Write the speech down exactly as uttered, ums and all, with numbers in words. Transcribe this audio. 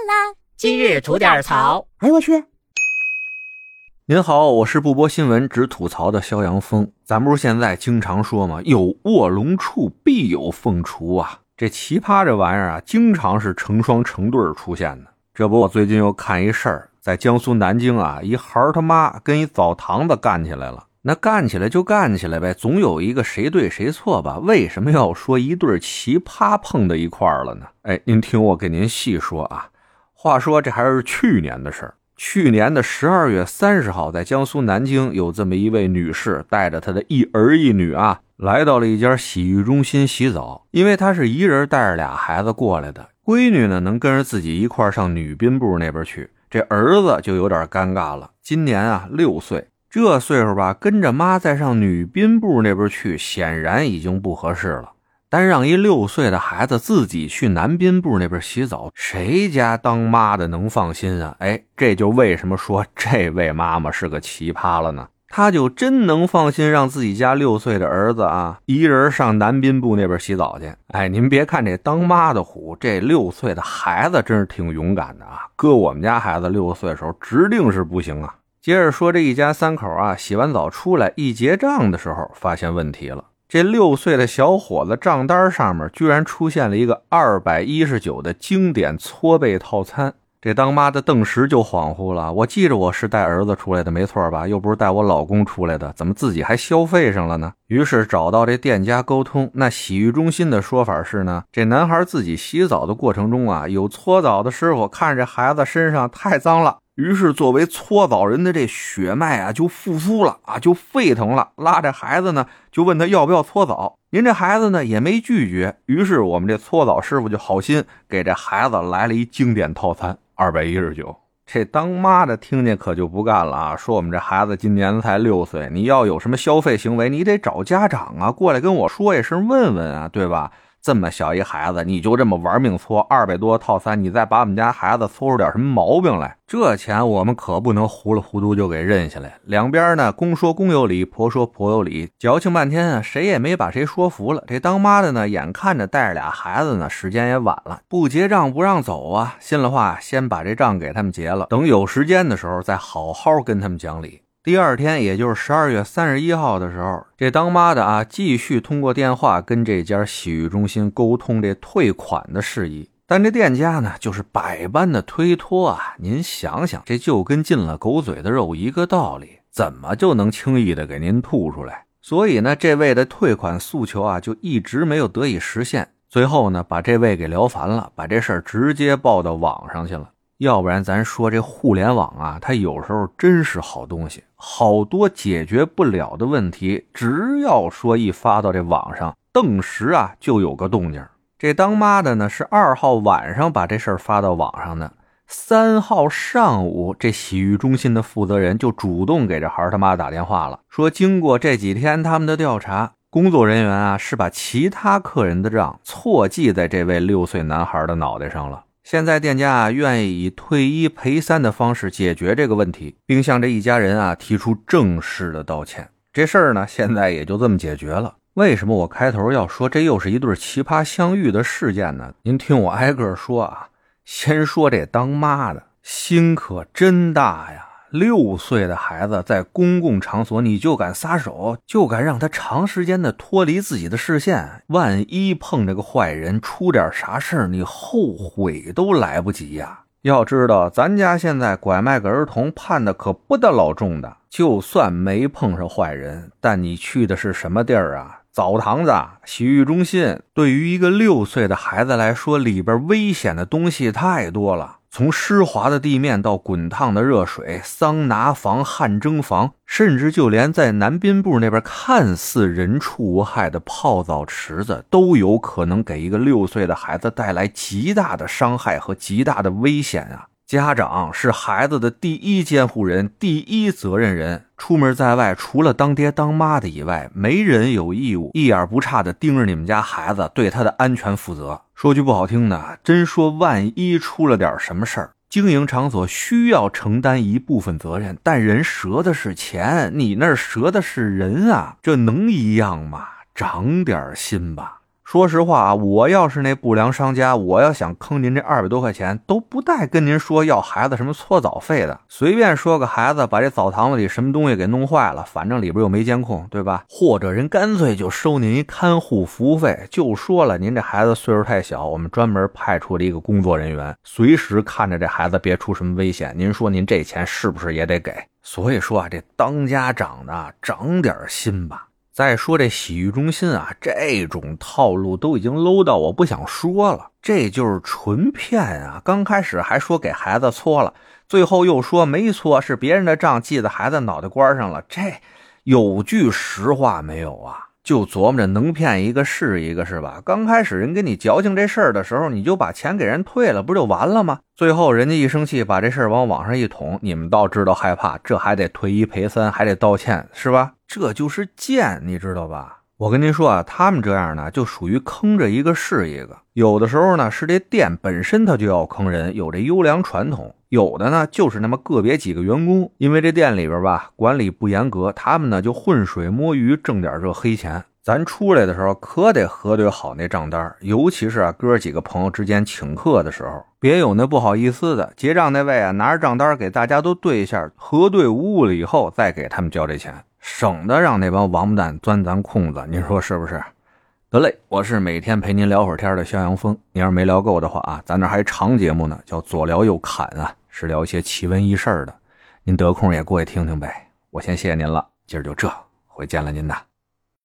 啦！今日吐点槽。 哎呦我去！ 您好，我是不播新闻只吐槽的肖阳峰。咱不是现在经常说吗？有卧龙处必有凤雏啊！这奇葩这玩意儿啊，经常是成双成对出现的。这不，我最近又看一事儿，在江苏南京啊，一孩儿他妈跟一澡堂子干起来了。那干起来就干起来呗，总有一个谁对谁错吧？为什么要说一对奇葩碰到一块儿了呢？哎，您听我给您细说啊。话说这还是去年的事儿。去年的十二月三十号，在江苏南京有这么一位女士，带着她的一儿一女啊，来到了一家洗浴中心洗澡。因为她是一人带着俩孩子过来的，闺女呢能跟着自己一块上女宾部那边去，这儿子就有点尴尬了，今年啊六岁。这岁数吧，跟着妈再上女宾部那边去，显然已经不合适了。单让一六岁的孩子自己去男宾部那边洗澡，谁家当妈的能放心啊？哎，这就为什么说这位妈妈是个奇葩了呢？她就真能放心让自己家六岁的儿子啊，一人上男宾部那边洗澡去。哎，您别看这当妈的虎，这六岁的孩子真是挺勇敢的啊！搁我们家孩子六岁的时候，指定是不行啊。接着说，这一家三口啊，洗完澡出来一结账的时候，发现问题了。这六岁的小伙子账单上面居然出现了一个二百一十九的经典搓背套餐。这当妈的顿时就恍惚了，我记着我是带儿子出来的没错吧，又不是带我老公出来的，怎么自己还消费上了呢？于是找到这店家沟通，那洗浴中心的说法是呢，这男孩自己洗澡的过程中啊，有搓澡的师傅看这孩子身上太脏了，于是作为搓澡人的这血脉啊就复苏了啊，就沸腾了，拉着孩子呢就问他要不要搓澡。您这孩子呢也没拒绝，于是我们这搓澡师傅就好心给这孩子来了一经典套餐二百一十九。这当妈的听见可就不干了啊，说我们这孩子今年才六岁，你要有什么消费行为你得找家长啊，过来跟我说一声问问啊，对吧？这么小一孩子你就这么玩命搓二百多套餐，你再把我们家孩子搓出点什么毛病来，这钱我们可不能糊里糊涂就给认下来。两边呢公说公有理，婆说婆有理，矫情半天啊，谁也没把谁说服了。这当妈的呢眼看着带着俩孩子呢，时间也晚了，不结账不让走啊，信了话先把这账给他们结了，等有时间的时候再好好跟他们讲理。第二天，也就是十二月三十一号的时候，这当妈的啊，继续通过电话跟这家洗浴中心沟通这退款的事宜。但这店家呢，就是百般的推脱啊。您想想，这就跟进了狗嘴的肉一个道理，怎么就能轻易的给您吐出来？所以呢，这位的退款诉求啊，就一直没有得以实现。最后呢，把这位给聊烦了，把这事儿直接报到网上去了。要不然咱说这互联网啊，它有时候真是好东西，好多解决不了的问题，只要说一发到这网上，顿时啊就有个动静。这当妈的呢是二号晚上把这事儿发到网上的，三号上午这洗浴中心的负责人就主动给这孩他妈打电话了，说经过这几天他们的调查，工作人员啊是把其他客人的账错记在这位六岁男孩的脑袋上了。现在店家啊愿意以退一赔三的方式解决这个问题，并向这一家人啊提出正式的道歉。这事儿呢现在也就这么解决了。为什么我开头要说这又是一对奇葩相遇的事件呢？您听我挨个说啊。先说这当妈的心可真大呀，六岁的孩子在公共场所你就敢撒手，就敢让他长时间的脱离自己的视线，万一碰这个坏人出点啥事儿，你后悔都来不及呀。要知道咱家现在拐卖个儿童判的可不得老重的，就算没碰上坏人，但你去的是什么地儿啊？澡堂子、洗浴中心，对于一个六岁的孩子来说，里边危险的东西太多了。从湿滑的地面到滚烫的热水、桑拿房、汗蒸房，甚至就连在男宾部那边看似人畜无害的泡澡池子，都有可能给一个六岁的孩子带来极大的伤害和极大的危险啊！家长是孩子的第一监护人、第一责任人，出门在外除了当爹当妈的以外，没人有义务一眼不差的盯着你们家孩子，对他的安全负责。说句不好听的，真说万一出了点什么事儿，经营场所需要承担一部分责任，但人折的是钱，你那儿折的是人啊，这能一样吗？长点心吧。 说实话啊，我要是那不良商家，我要想坑您这二百多块钱，都不带跟您说要孩子什么搓澡费的，随便说个孩子把这澡堂子里什么东西给弄坏了，反正里边又没监控，对吧？或者人干脆就收您一看护服务费，就说了您这孩子岁数太小，我们专门派出了一个工作人员，随时看着这孩子别出什么危险，您说您这钱是不是也得给？所以说啊，这当家长的长点心吧。再说这洗浴中心啊，这种套路都已经 low 到我不想说了，这就是纯骗啊！刚开始还说给孩子搓了，最后又说没搓，是别人的账记在孩子脑袋瓜上了，这有句实话没有啊？就琢磨着能骗一个是一个，是吧？刚开始人跟你矫情这事儿的时候，你就把钱给人退了，不就完了吗？最后人家一生气把这事儿往网上一捅，你们倒知道害怕，这还得退一赔三，还得道歉，是吧？这就是贱，你知道吧？我跟您说啊，他们这样呢就属于坑着一个是一个。有的时候呢是这店本身它就要坑人，有这优良传统，有的呢就是那么个别几个员工，因为这店里边吧管理不严格，他们呢就浑水摸鱼挣点这黑钱。咱出来的时候可得核对好那账单，尤其是啊哥几个朋友之间请客的时候，别有那不好意思的，结账那位啊拿着账单给大家都对一下，核对无误了以后再给他们交这钱，省得让那帮王八蛋钻咱空子，您说是不是？得嘞，我是每天陪您聊会儿天的肖阳峰，您要是没聊够的话啊，咱这还长节目呢，叫左聊右侃啊，是聊一些奇闻异事的，您得空也过去听听呗。我先谢谢您了，今儿就这，回见了您的。